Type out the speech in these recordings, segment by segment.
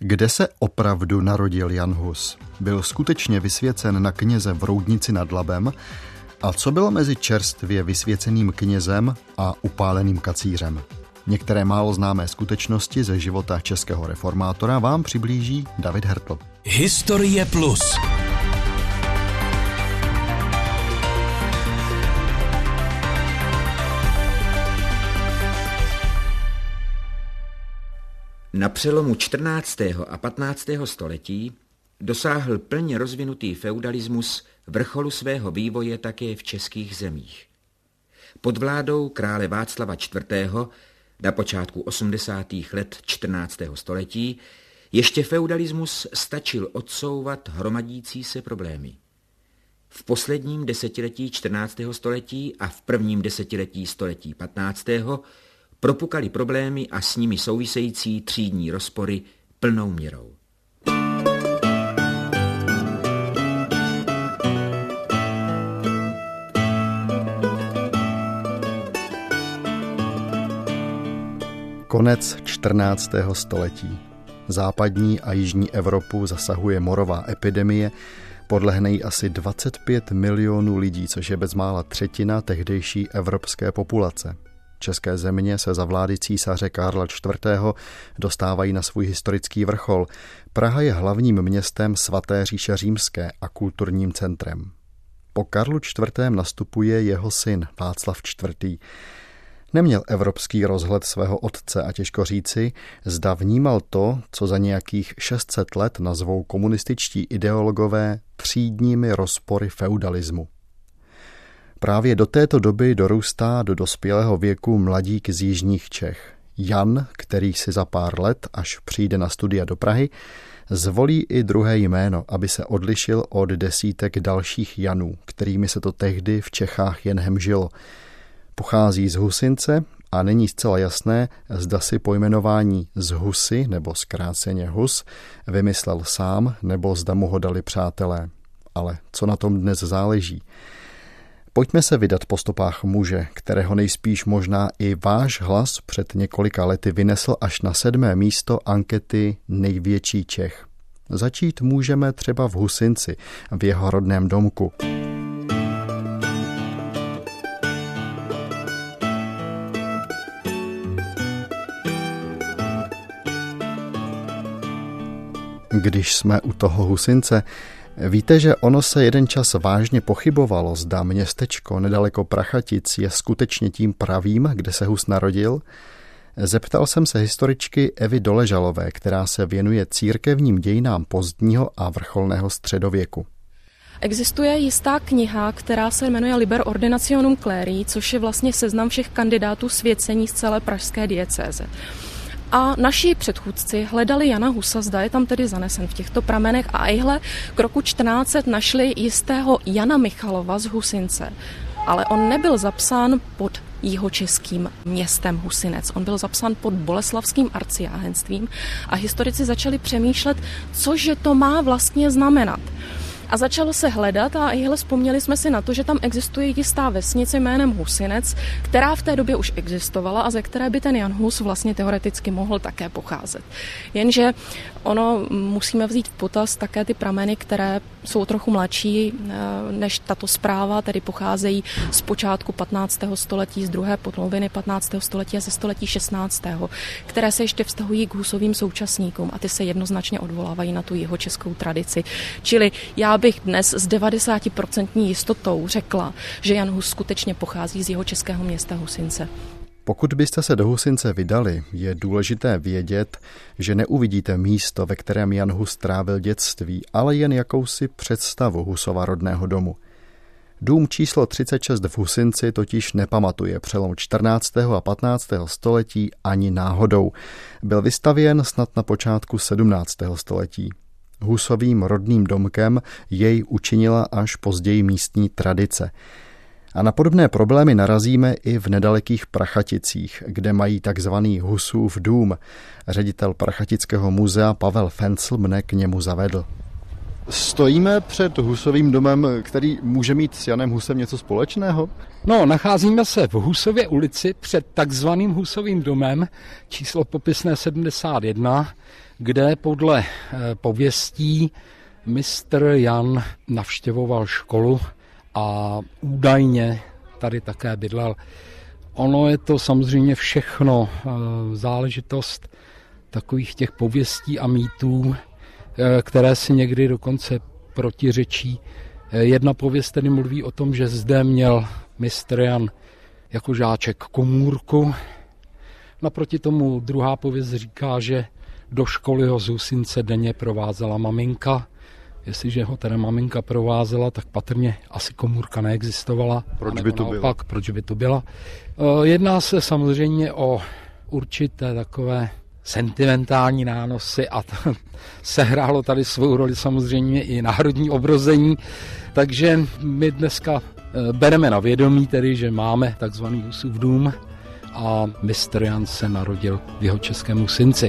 Kde se opravdu narodil Jan Hus? Byl skutečně vysvěcen na kněze v Roudnici nad Labem? A co bylo mezi čerstvě vysvěceným knězem a upáleným kacířem? Některé málo známé skutečnosti ze života českého reformátora vám přiblíží David Hertl. Historie plus. Na přelomu 14. a 15. století dosáhl plně rozvinutý feudalismus vrcholu svého vývoje také v českých zemích. Pod vládou krále Václava IV. Na počátku 80. let 14. století ještě feudalismus stačil odsouvat hromadící se problémy. V posledním desetiletí 14. století a v prvním desetiletí století 15. propukaly problémy a s nimi související třídní rozpory plnou měrou. Konec 14. století. Západní a jižní Evropu zasahuje morová epidemie, podlehne jí asi 25 milionů lidí, což je bezmála třetina tehdejší evropské populace. České země se za vlády císaře Karla IV. Dostávají na svůj historický vrchol. Praha je hlavním městem svaté říše římské a kulturním centrem. Po Karlu IV. Nastupuje jeho syn Václav IV. Neměl evropský rozhled svého otce a těžko říci, zda vnímal to, co za nějakých 600 let nazvou komunističtí ideologové třídními rozpory feudalismu. Právě do této doby dorůstá do dospělého věku mladík z jižních Čech. Jan, který si za pár let, až přijde na studia do Prahy, zvolí i druhé jméno, aby se odlišil od desítek dalších Janů, kterými se to tehdy v Čechách jen hemžilo. Pochází z Husince a není zcela jasné, zda si pojmenování z Husy nebo zkráceně Hus vymyslel sám, nebo zda mu ho dali přátelé. Ale co na tom dnes záleží? Pojďme se vydat po stopách muže, kterého nejspíš možná i váš hlas před několika lety vynesl až na 7. místo ankety Největší Čech. Začít můžeme třeba v Husinci, v jeho rodném domku. Když jsme u toho Husince, víte, že ono se jeden čas vážně pochybovalo, zda městečko nedaleko Prachatic je skutečně tím pravým, kde se Hus narodil? Zeptal jsem se historičky Evy Doležalové, která se věnuje církevním dějinám pozdního a vrcholného středověku. Existuje jistá kniha, která se jmenuje Liber Ordinationum Cleri, což je vlastně seznam všech kandidátů svěcení z celé pražské diecéze. A naši předchůdci hledali Jana Husa, zda je tam tedy zanesen v těchto pramenech a ejhle k roku 1400 našli jistého Jana Michalova z Husince. Ale on nebyl zapsán pod jihočeským městem Husinec. On byl zapsán pod boleslavským arciáhenstvím a historici začali přemýšlet, cože to má vlastně znamenat. A začalo se hledat a ejhle vzpomněli jsme si na to, že tam existuje jistá vesnice jménem Husinec, která v té době už existovala a ze které by ten Jan Hus vlastně teoreticky mohl také pocházet. Jenže ono musíme vzít v potaz také ty prameny, které jsou trochu mladší než tato zpráva, tedy pocházejí z počátku 15. století, z druhé poloviny 15. století a ze století 16., které se ještě vztahují k Husovým současníkům a ty se jednoznačně odvolávají na tu jihočeskou tradici. Čili já bych dnes s 90% jistotou řekla, že Jan Hus skutečně pochází z jihočeského města Husince. Pokud byste se do Husince vydali, je důležité vědět, že neuvidíte místo, ve kterém Jan Hus trávil dětství, ale jen jakousi představu Husova rodného domu. Dům číslo 36 v Husinci totiž nepamatuje přelom 14. a 15. století ani náhodou. Byl vystavěn snad na počátku 17. století. Husovým rodným domkem jej učinila až později místní tradice. A na podobné problémy narazíme i v nedalekých Prachaticích, kde mají takzvaný Husův dům. Ředitel Prachatického muzea Pavel Fencl mne k němu zavedl. Stojíme před Husovým domem, který může mít s Janem Husem něco společného? No, nacházíme se v Husově ulici před takzvaným Husovým domem, číslo popisné 71. kde podle pověstí mistr Jan navštěvoval školu a údajně tady také bydlel. Ono je to samozřejmě všechno záležitost takových těch pověstí a mýtů, které si někdy dokonce protiřečí. Jedna pověst tedy mluví o tom, že zde měl mistr Jan jako žáček komůrku. Naproti tomu druhá pověst říká, že do školy ho z Husince denně provázela maminka. Jestliže ho teda maminka provázela, tak patrně asi komůrka neexistovala. Proč by to bylo? Proč by to byla? Jedná se samozřejmě o určité takové sentimentální nánosy a sehrálo tady svou roli samozřejmě i národní obrození. Takže my dneska bereme na vědomí tedy, že máme takzvaný Husův dům a mistr Jan se narodil v Jihočeském Husinci.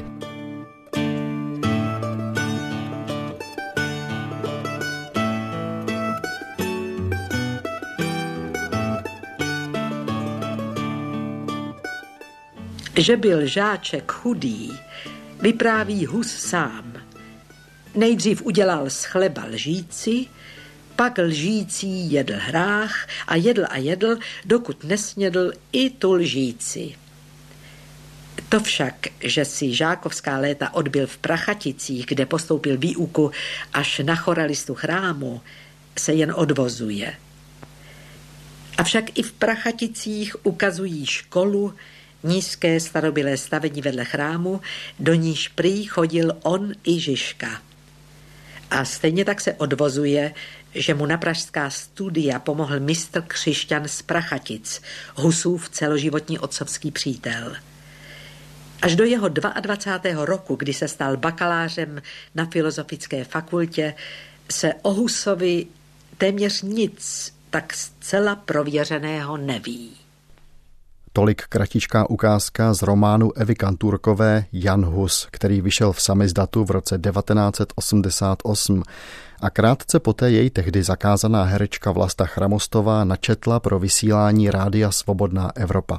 Že byl žáček chudý, vypráví Hus sám. Nejdřív udělal z chleba lžíci, pak lžící jedl hrách a jedl, dokud nesnědl i tu lžíci. To však, že si žákovská léta odbyl v Prachaticích, kde postoupil výuku až na choralistu chrámu, se jen odvozuje. Avšak i v Prachaticích ukazují školu, nízké starobylé stavení vedle chrámu, do níž prý chodil on i Žižka. A stejně tak se odvozuje, že mu na pražská studia pomohl mistr Křišťan z Prachatic, Husův celoživotní otcovský přítel. Až do jeho 22. roku, kdy se stal bakalářem na Filozofické fakultě, se o Husovi téměř nic tak zcela prověřeného neví. Tolik kratičká ukázka z románu Evy Kanturkové Jan Hus, který vyšel v samizdatu v roce 1988 a krátce poté jej tehdy zakázaná herečka Vlasta Chramostová načetla pro vysílání Rádia Svobodná Evropa.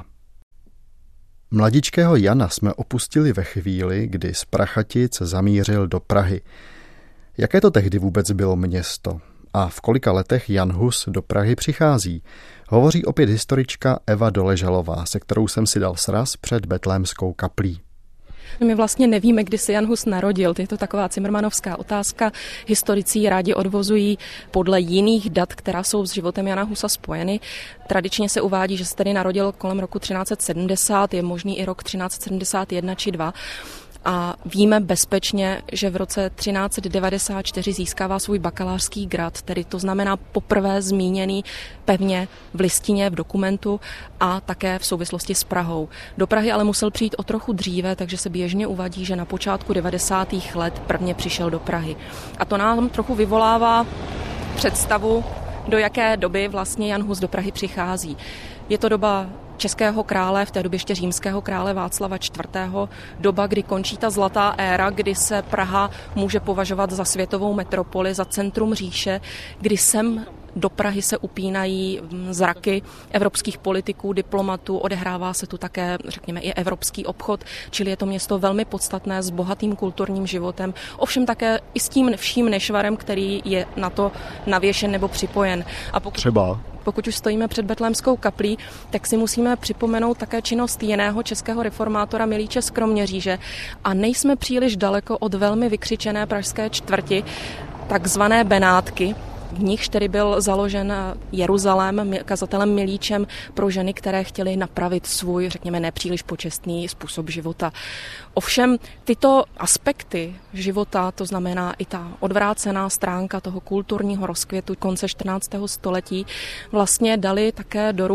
Mladičkého Jana jsme opustili ve chvíli, kdy z Prachatic zamířil do Prahy. Jaké to tehdy vůbec bylo město? A v kolika letech Jan Hus do Prahy přichází? Hovoří opět historička Eva Doležalová, se kterou jsem si dal sraz před Betlémskou kaplí. My vlastně nevíme, kdy se Jan Hus narodil. Je to taková cimrmanovská otázka. Historici ji rádi odvozují podle jiných dat, která jsou s životem Jana Husa spojeny. Tradičně se uvádí, že se tedy narodil kolem roku 1370, je možný i rok 1371 či 2. A víme bezpečně, že v roce 1394 získává svůj bakalářský grad, tedy to znamená poprvé zmíněný pevně v listině, v dokumentu a také v souvislosti s Prahou. Do Prahy ale musel přijít o trochu dříve, takže se běžně uvádí, že na počátku 90. let prvně přišel do Prahy. A to nám trochu vyvolává představu, do jaké doby vlastně Jan Hus do Prahy přichází. Je to doba českého krále, v té době ještě římského krále Václava IV. Doba, kdy končí ta zlatá éra, kdy se Praha může považovat za světovou metropoli, za centrum říše, kdy sem do Prahy se upínají zraky evropských politiků, diplomatů, odehrává se tu také, řekněme, i evropský obchod, čili je to město velmi podstatné s bohatým kulturním životem, ovšem také i s tím vším nešvarem, který je na to navěšen nebo připojen. A pokud už stojíme před Betlémskou kaplí, tak si musíme připomenout také činnost jiného českého reformátora Milíče z Kroměříže a nejsme příliš daleko od velmi vykřičené pražské čtvrti, takzvané Benátky. V nichž tedy byl založen Jeruzalém kazatelem Milíčem pro ženy, které chtěly napravit svůj, řekněme, nepříliš počestný způsob života. Ovšem tyto aspekty života, to znamená i ta odvrácená stránka toho kulturního rozkvětu konce 14. století, vlastně dali také do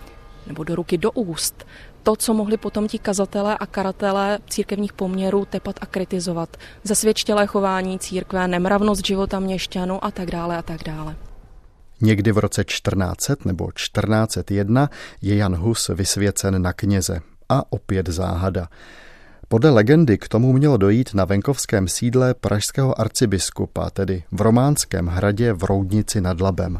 úst to, co mohli potom ti kazatelé a karatelé církevních poměrů tepat a kritizovat. Zasvědčilé chování církve, nemravnost života měšťanů a tak dále a tak dále. Někdy v roce 1400 nebo 1401 je Jan Hus vysvěcen na kněze. A opět záhada. Podle legendy k tomu mělo dojít na venkovském sídle pražského arcibiskupa, tedy v románském hradě v Roudnici nad Labem.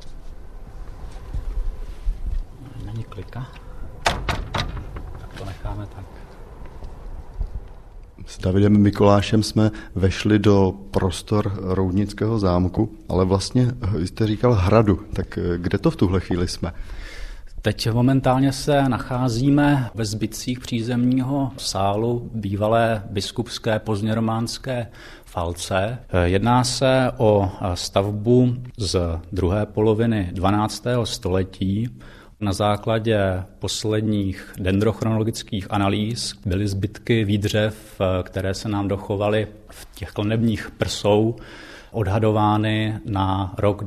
Není klika. Tak to necháme tak. S Davidem Mikolášem jsme vešli do prostor Roudnického zámku, ale vlastně jste říkal hradu, tak kde to v tuhle chvíli jsme? Teď momentálně se nacházíme ve zbytcích přízemního sálu bývalé biskupské pozdněrománské falce. Jedná se o stavbu z druhé poloviny 12. století. Na základě posledních dendrochronologických analýz byly zbytky výdřev, které se nám dochovaly v těch klenebních prsou, odhadovány na rok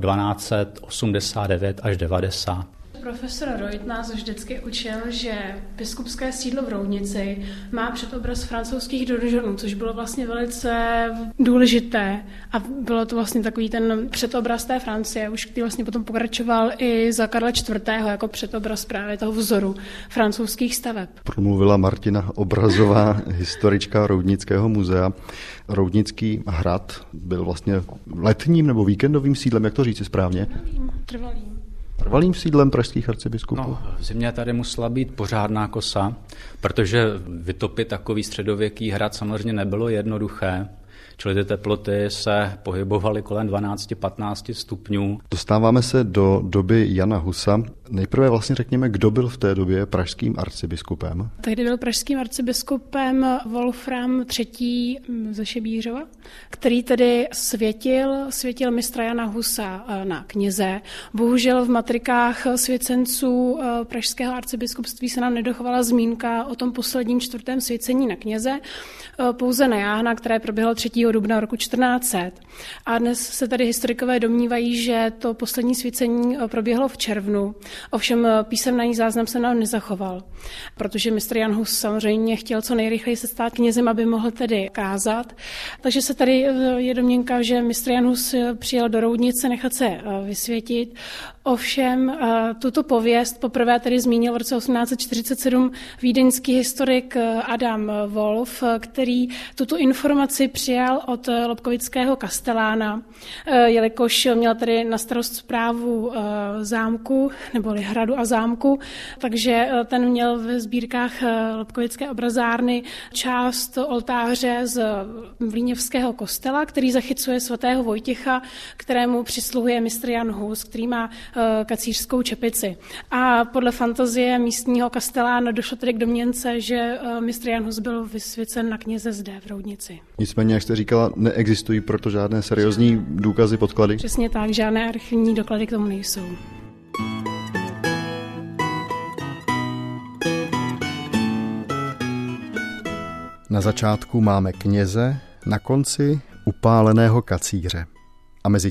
1289 až 90. Profesor Reut nás vždycky učil, že biskupské sídlo v Roudnici má předobraz francouzských donžonů, což bylo vlastně velice důležité a bylo to vlastně takový ten předobraz té Francie, už který vlastně potom pokračoval i za Karla IV. Jako předobraz právě toho vzoru francouzských staveb. Promluvila Martina Obrazová, historička Roudnického muzea. Roudnický hrad byl vlastně letním nebo víkendovým sídlem, jak to říci správně? Trvalým sídlem pražských arcibiskupů? No, v zimě tady musela být pořádná kosa, protože vytopit takový středověký hrad samozřejmě nebylo jednoduché. Čili ty teploty se pohybovaly kolem 12-15 stupňů. Dostáváme se do doby Jana Husa. Nejprve vlastně řekněme, kdo byl v té době pražským arcibiskupem. Tehdy byl pražským arcibiskupem Wolfram III. Ze Šebířova, který tedy světil mistra Jana Husa na kněze. Bohužel v matrikách svěcenců pražského arcibiskupství se nám nedochovala zmínka o tom posledním 4. svěcení na kněze, pouze na Jáhna, které proběhlo 3. dubna roku 1400. A dnes se tady historikové domnívají, že to poslední svěcení proběhlo v červnu. Ovšem písemný záznam se nám nezachoval, protože mistr Jan Hus samozřejmě chtěl co nejrychleji se stát knězem, aby mohl tedy kázat. Takže se tady je domněnka, že mistr Jan Hus přijel do Roudnice nechat se vysvětit. Ovšem tuto pověst poprvé tedy zmínil v roce 1847 vídeňský historik Adam Wolf, který tuto informaci přijal od lobkovického kastelána, jelikož měl tedy na starost správu zámku, neboli hradu a zámku, takže ten měl ve sbírkách lobkovické obrazárny část oltáře z Vlíněvského kostela, který zachycuje svatého Vojtěcha, kterému přisluhuje mistr Jan Hus, který má kacířskou čepici. A podle fantazie místního kastelána došlo tedy k domněnce, že mistr Jan Hus byl vysvěcen na kněze zde v Roudnici. Nicméně, jak jste říkala, neexistují proto žádné seriózní důkazy, podklady? Přesně tak, žádné archivní doklady k tomu nejsou. Na začátku máme kněze, na konci upáleného kacíře. A mezi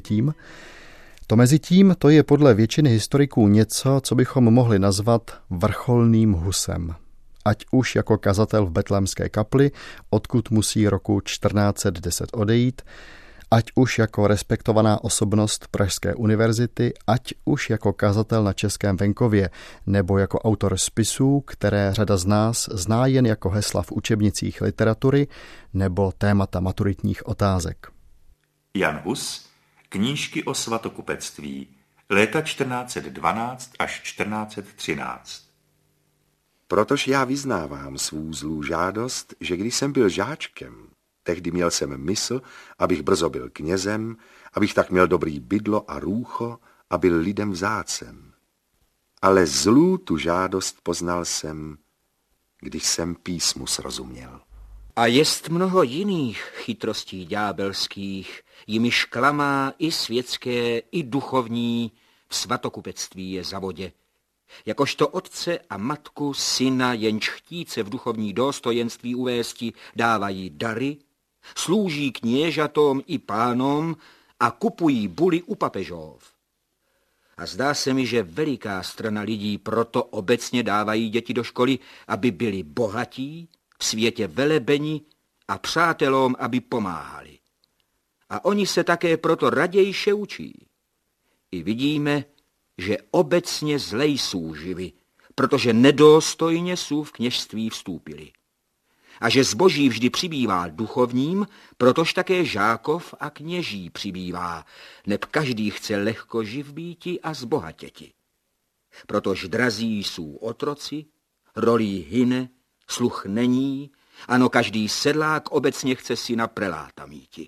tím to je podle většiny historiků něco, co bychom mohli nazvat vrcholným Husem. Ať už jako kazatel v Betlémské kapli, odkud musí roku 1410 odejít, ať už jako respektovaná osobnost Pražské univerzity, ať už jako kazatel na českém venkově, nebo jako autor spisů, které řada z nás zná jen jako hesla v učebnicích literatury nebo témata maturitních otázek. Jan Hus, Knížky o svatokupectví, léta 1412 až 1413. Protož já vyznávám svou zlou žádost, že když jsem byl žáčkem, tehdy měl jsem mysl, abych brzo byl knězem, abych tak měl dobrý bydlo a růcho a byl lidem vzácen. Ale zlou tu žádost poznal jsem, když jsem písmu srozuměl. A jest mnoho jiných chytrostí ďábelských, jimiž klamá i světské, i duchovní, v svatokupectví je zavodě. Jakožto otce a matku, syna, jenž chtíce v duchovní dostojenství uvésti, dávají dary, slouží kněžatům i pánom a kupují buly u papežov. A zdá se mi, že veliká strana lidí proto obecně dávají děti do školy, aby byli bohatí, v světě velebeni a přátelům, aby pomáhali. A oni se také proto radějše učí. I vidíme, že obecně zlej jsou živi, protože nedostojně jsou v kněžství vstoupili. A že zboží vždy přibývá duchovním, protož také žákov a kněží přibývá, neb každý chce lehko živ býti a zbohatěti. Protož drazí jsou otroci, rolí hyne, sluch není, Ano, každý sedlák obecně chce si na preláta míti.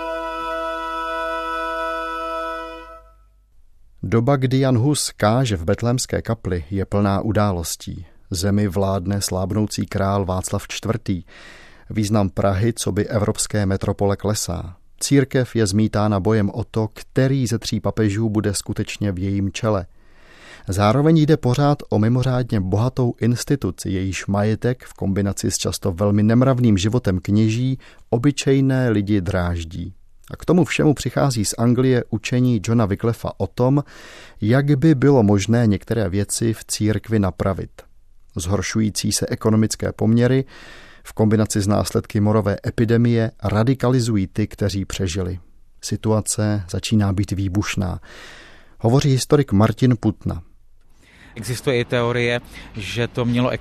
Doba, kdy Jan Hus káže v Betlémské kapli, je plná událostí. Zemi vládne slábnoucí král Václav IV. Význam Prahy coby evropské metropole klesá. Církev je zmítána bojem o to, který ze 3 papežů bude skutečně v jejím čele. Zároveň jde pořád o mimořádně bohatou instituci, jejíž majetek v kombinaci s často velmi nemravným životem kněží obyčejné lidi dráždí. A k tomu všemu přichází z Anglie učení Johna Wycliffa o tom, jak by bylo možné některé věci v církvi napravit. Zhoršující se ekonomické poměry v kombinaci s následky morové epidemie radikalizují ty, kteří přežili. Situace začíná být výbušná. Hovoří historik Martin Putna. Existuje i teorie, že to mělo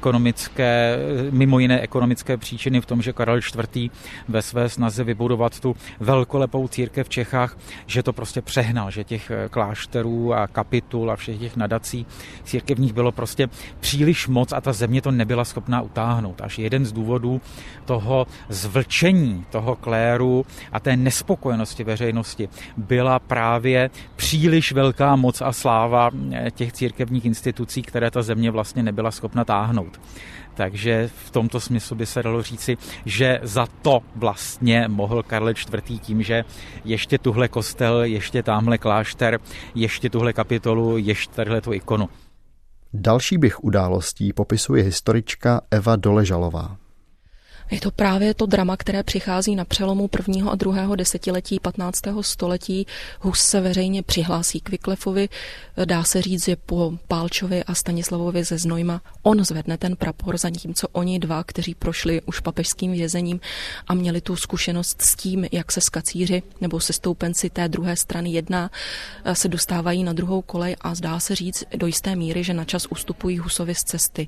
mimo jiné ekonomické příčiny v tom, že Karel IV. Ve své snaze vybudovat tu velkolepou církev v Čechách, že to prostě přehnal, že těch klášterů a kapitul a všech těch nadací církevních bylo prostě příliš moc a ta země to nebyla schopná utáhnout. Až jeden z důvodů toho zvlčení toho kléru a té nespokojenosti veřejnosti byla právě příliš velká moc a sláva těch církevních institucí, které ta země vlastně nebyla schopna táhnout. Takže v tomto smyslu by se dalo říci, že za to vlastně mohl Karel IV. Tím, že ještě tuhle kostel, ještě tamhle klášter, ještě tuhle kapitolu, ještě tadyhletu ikonu. Další běh událostí popisuje historička Eva Doležalová. Je to právě to drama, které přichází na přelomu 1. a 2. desetiletí 15. století. Hus se veřejně přihlásí k Wycliffovi, dá se říct, že po Pálčovi a Stanislavovi ze Znojma on zvedne ten prapor, zatímco oni 2, kteří prošli už papežským vězením a měli tu zkušenost s tím, jak se skacíři nebo sestoupenci té druhé strany jedná, se dostávají na druhou kolej a zdá se říct do jisté míry, že načas ustupují Husovi z cesty.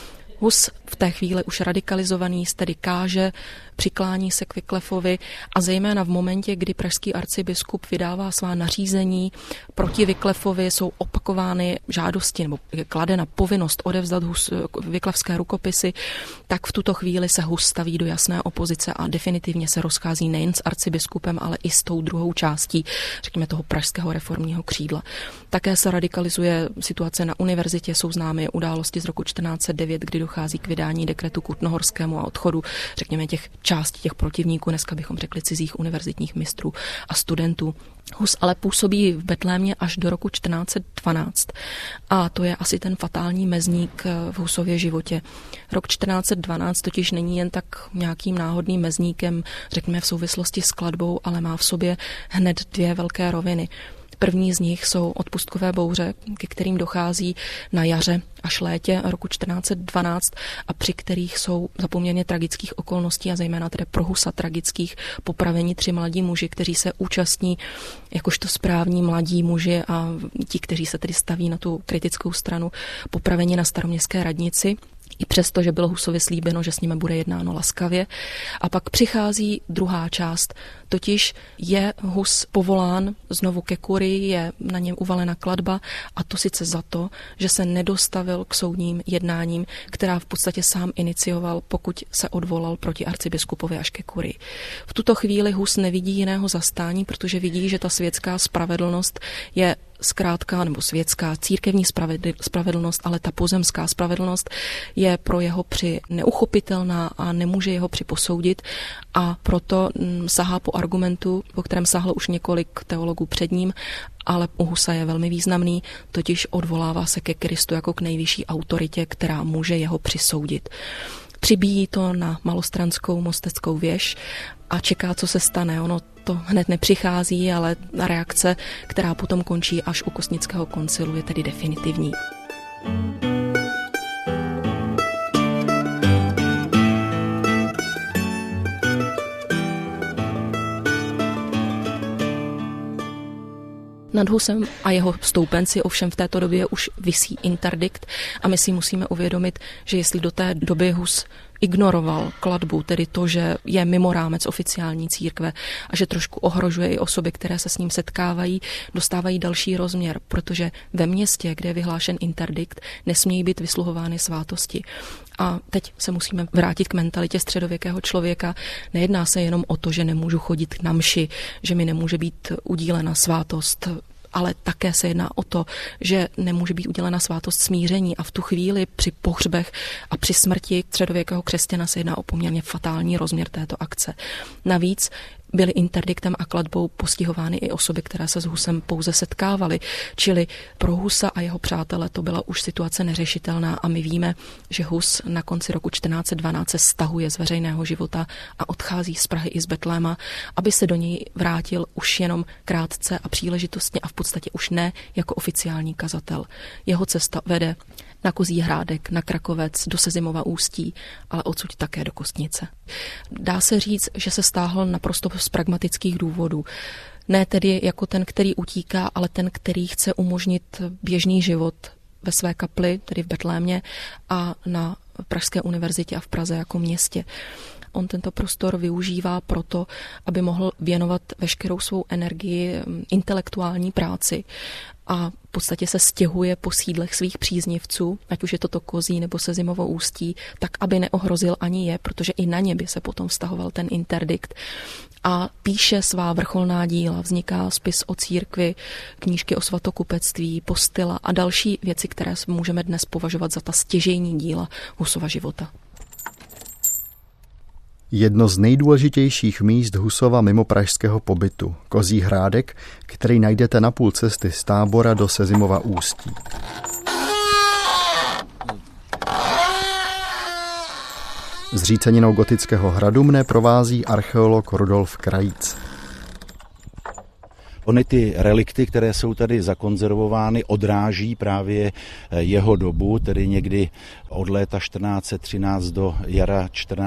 Hus v té chvíli už radikalizovaný, tedy káže, přiklání se k Wycliffovi a zejména v momentě, kdy pražský arcibiskup vydává svá nařízení proti Wycliffovi, jsou opakovány žádosti nebo kladena povinnost odevzdat Wycliffské rukopisy, tak v tuto chvíli se Hus staví do jasné opozice a definitivně se rozchází nejen s arcibiskupem, ale i s tou druhou částí, řekněme, toho pražského reformního křídla. Také se radikalizuje situace na univerzitě, jsou známé události z roku 1409, kdy dochází k vydání dekretu Kutnohorskému a odchodu, řekněme, těch částí těch protivníků, dneska bychom řekli cizích univerzitních mistrů a studentů. Hus ale působí v Betlémě až do roku 1412 a to je asi ten fatální mezník v Husově životě. Rok 1412 totiž není jen tak nějakým náhodným mezníkem, řekněme v souvislosti s klatbou, ale má v sobě hned 2 velké roviny. První z nich jsou odpustkové bouře, ke kterým dochází na jaře až létě roku 1412 a při kterých jsou za poměrně tragických okolností a zejména tedy pro Husa tragických popraveni 3 mladí muži, kteří se účastní jakožto správní mladí muži a ti, kteří se tedy staví na tu kritickou stranu, popraveni na staroměstské radnici. I přesto, že bylo Husovi slíbeno, že s nimi bude jednáno laskavě. A pak přichází druhá část, totiž je Hus povolán znovu ke kurii, je na něm uvalena klatba a to sice za to, že se nedostavil k soudním jednáním, která v podstatě sám inicioval, pokud se odvolal proti arcibiskupovi až ke kurii. V tuto chvíli Hus nevidí jiného zastání, protože vidí, že ta světská spravedlnost je zkrátka, nebo světská církevní spravedlnost, ale ta pozemská spravedlnost je pro jeho při neuchopitelná a nemůže jeho při posoudit a proto sahá po argumentu, po kterém sahlo už několik teologů před ním, ale u Husa je velmi významný, totiž odvolává se ke Kristu jako k nejvyšší autoritě, která může jeho přisoudit. Přibíjí to na Malostranskou Mosteckou věž a čeká, co se stane. Ono to hned nepřichází, ale reakce, která potom končí až u Kostnického koncilu, je tedy definitivní. Nad Husem a jeho stoupenci ovšem v této době už visí interdikt a my si musíme uvědomit, že jestli do té doby Hus ignoroval klatbu, tedy to, že je mimo rámec oficiální církve a že trošku ohrožuje i osoby, které se s ním setkávají, dostávají další rozměr, protože ve městě, kde je vyhlášen interdikt, nesmějí být vysluhovány svátosti. A teď se musíme vrátit k mentalitě středověkého člověka. Nejedná se jenom o to, že nemůžu chodit na mši, že mi nemůže být udílena svátost, ale také se jedná o to, že nemůže být udělena svátost smíření a v tu chvíli při pohřbech a při smrti středověkého křesťana se jedná o poměrně fatální rozměr této akce. Navíc byly interdiktem a klatbou postihovány i osoby, které se s Husem pouze setkávaly, čili pro Husa a jeho přátele to byla už situace neřešitelná a my víme, že Hus na konci roku 1412 se stahuje z veřejného života a odchází z Prahy i z Betléma, aby se do něj vrátil už jenom krátce a příležitostně a v podstatě už ne jako oficiální kazatel. Jeho cesta vede na Kozí Hrádek, na Krakovec, do Sezimova Ústí, ale odsud také do Kostnice. Dá se říct, že se stáhl naprosto z pragmatických důvodů. Ne tedy jako ten, který utíká, ale ten, který chce umožnit běžný život ve své kapli, tedy v Betlémě a na Pražské univerzitě a v Praze jako městě. On tento prostor využívá proto, aby mohl věnovat veškerou svou energii intelektuální práci a v podstatě se stěhuje po sídlech svých příznivců, ať už je to Kozí nebo Sezimovo Ústí, tak aby neohrozil ani je, protože i na ně by se potom vztahoval ten interdikt. A píše svá vrcholná díla. Vzniká spis o církvi, knížky o svatokupectví, postila a další věci, které můžeme dnes považovat za ta stěžejní díla Husova života. Jedno z nejdůležitějších míst Husova mimo pražského pobytu, Kozí Hrádek, který najdete na půl cesty z Tábora do Sezimova Ústí. Zříceninou gotického hradu mne provází archeolog Rudolf Krajíc. Ony ty relikty, které jsou tady zakonzervovány, odráží právě jeho dobu, tedy někdy od léta 1413 do jara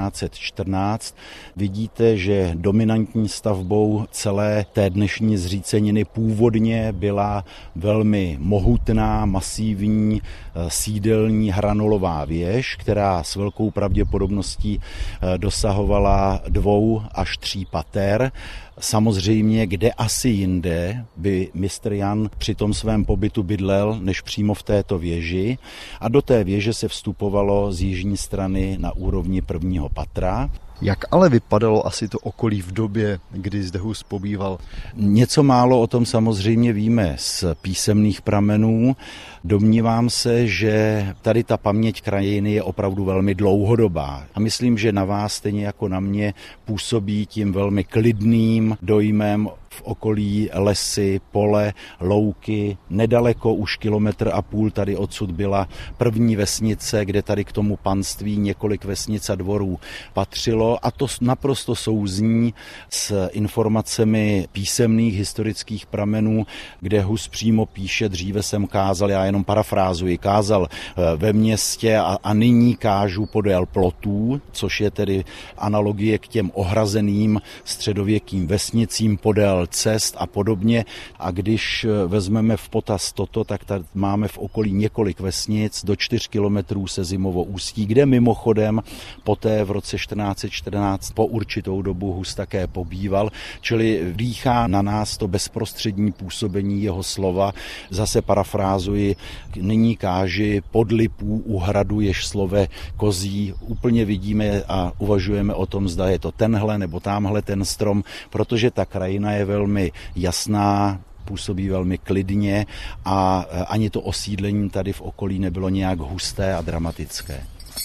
1414. Vidíte, že dominantní stavbou celé té dnešní zříceniny původně byla velmi mohutná, masivní sídelní hranolová věž, která s velkou pravděpodobností dosahovala 2 až 3 pater. Samozřejmě, kde asi jinde by mistr Jan při tom svém pobytu bydlel, než přímo v této věži. A do té věže se vstupovalo z jižní strany na úrovni 1. patra. Jak ale vypadalo asi to okolí v době, kdy zde Hus pobýval? Něco málo o tom samozřejmě víme z písemných pramenů. Domnívám se, že tady ta paměť krajiny je opravdu velmi dlouhodobá. A myslím, že na vás stejně jako na mě působí tím velmi klidným dojmem v okolí lesy, pole, louky. Nedaleko, už 1,5 kilometru tady odsud byla první vesnice, kde tady k tomu panství několik vesnic a dvorů patřilo. A to naprosto souzní s informacemi písemných historických pramenů, kde Hus přímo píše, dříve jsem kázal, já jenom parafrázuji, kázal ve městě a nyní kážu podél plotů, což je tedy analogie k těm ohrazeným středověkým vesnicím podél cest a podobně. A když vezmeme v potaz toto, tak tady máme v okolí několik vesnic do 4 kilometrů Sezimovo Ústí, kde mimochodem poté v roce 1414 po určitou dobu Hus také pobýval, čili dýchá na nás to bezprostřední působení jeho slova. Zase parafrázuji, nyní káži pod lipů u hradu, jež slove Kozí. Úplně vidíme a uvažujeme o tom, zda je to tenhle nebo tamhle ten strom, protože ta krajina je velmi jasná, působí velmi klidně a ani to osídlení tady v okolí nebylo nějak husté a dramatické.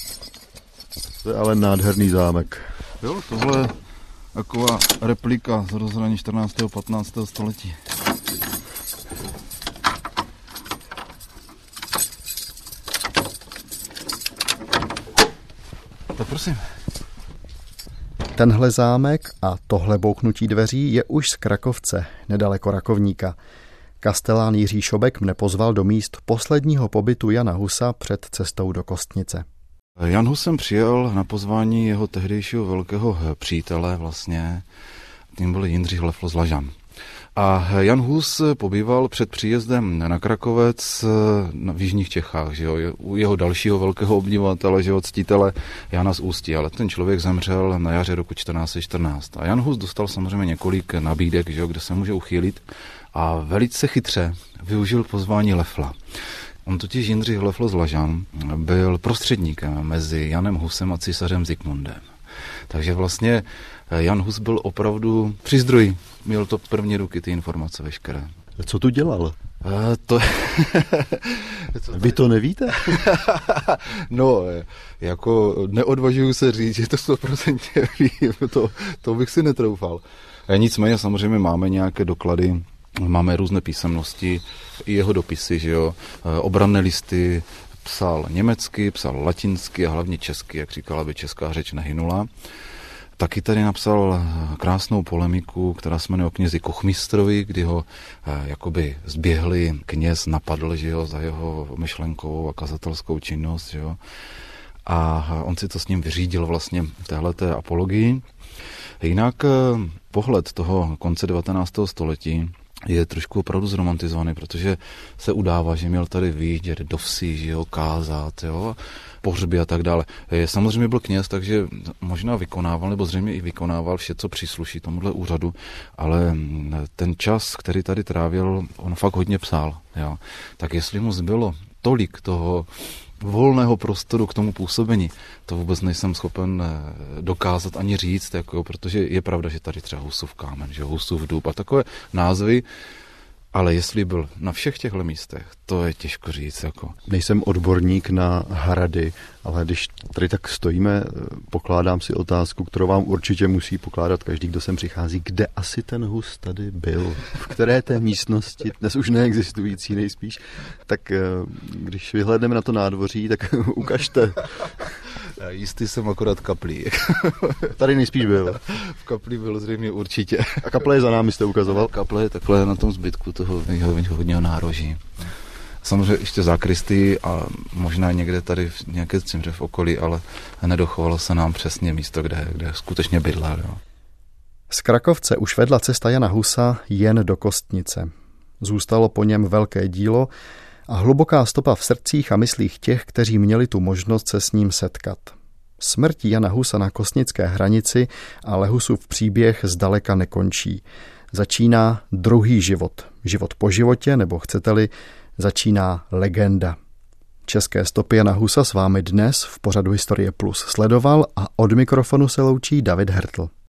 To je ale nádherný zámek. Jo, tohle je taková replika z rozhraní 14. a 15. století. Tak prosím. Tenhle zámek a tohle bouchnutí dveří je už z Krakovce, nedaleko Rakovníka. Kastelán Jiří Šobek mne pozval do míst posledního pobytu Jana Husa před cestou do Kostnice. Jan Hus sem přijel na pozvání jeho tehdejšího velkého přítele vlastně, tím byl Jindřich Leflo z Lažan. A Jan Hus pobýval před příjezdem na Krakovec v jižních Čechách, že jo, u jeho dalšího velkého obdivatele, že jo, ctitele Jana z Ústí, ale ten člověk zemřel na jaře roku 1414. A Jan Hus dostal samozřejmě několik nabídek, že jo, kde se může uchýlit a velice chytře využil pozvání Lefla. On totiž Jindřich Lefl z Lažan byl prostředníkem mezi Janem Husem a císařem Zikmundem. Takže vlastně Jan Hus byl opravdu při zdroji. Měl to první ruky, ty informace veškeré. Co tu dělal? Vy to nevíte? No, jako neodvažuju se říct, že to 100% vím, to bych si netroufal. Nicméně samozřejmě máme nějaké doklady, máme různé písemnosti, i jeho dopisy, že jo, obranné listy, psal německy, psal latinsky a hlavně česky, jak říkala, aby česká řeč nehynula. Taky tady napsal krásnou polemiku, která se jmenuje o knězi Kochmistrovi, kdy ho jakoby zběhlý kněz napadl, že jo, za jeho myšlenkovou a kazatelskou činnost, že jo. A on si to s ním vyřídil vlastně v téhleté apologii. Jinak pohled toho konce 19. století je trošku opravdu zromantizovaný, protože se udává, že měl tady vyjíždět do vsi, že jo, kázat, jo, pohřby a tak dále. Samozřejmě byl kněz, takže možná vykonával, nebo zřejmě i vykonával vše, co přísluší tomuhle úřadu, ale ten čas, který tady trávil, on fakt hodně psal, jo. Tak jestli mu zbylo tolik toho volného prostoru k tomu působení, to vůbec nejsem schopen dokázat ani říct, jako, protože je pravda, že tady třeba Husův kámen, že Husův dub a takové názvy, ale jestli byl na všech těchto místech, to je těžko říct. Jako. Nejsem odborník na hrady, ale když tady tak stojíme, pokládám si otázku, kterou vám určitě musí pokládat každý, kdo sem přichází. Kde asi ten Hus tady byl? V které té místnosti, dnes už neexistující nejspíš, tak když vyhlédneme na to nádvoří, tak ukažte. Jistý jsem akorát kaplí. Tady nejspíš byl. V kapli byl zřejmě určitě. A kaple je za námi, jste ukazoval? Kaple je takhle na tom zbytku toho hodního nároží. Samozřejmě ještě zákristy a možná někde tady v nějaké cimře v okolí, ale nedochovalo se nám přesně místo, kde skutečně bydlel. Jo. Z Krakovce už vedla cesta Jana Husa jen do Kostnice. Zůstalo po něm velké dílo a hluboká stopa v srdcích a myslích těch, kteří měli tu možnost se s ním setkat. Smrtí Jana Husa na kostnické hranici ale Husův příběh zdaleka nekončí. Začíná druhý život. Život po životě, nebo chcete-li, začíná legenda. České stopy Jana Husa s vámi dnes v pořadu Historie Plus sledoval a od mikrofonu se loučí David Hertl.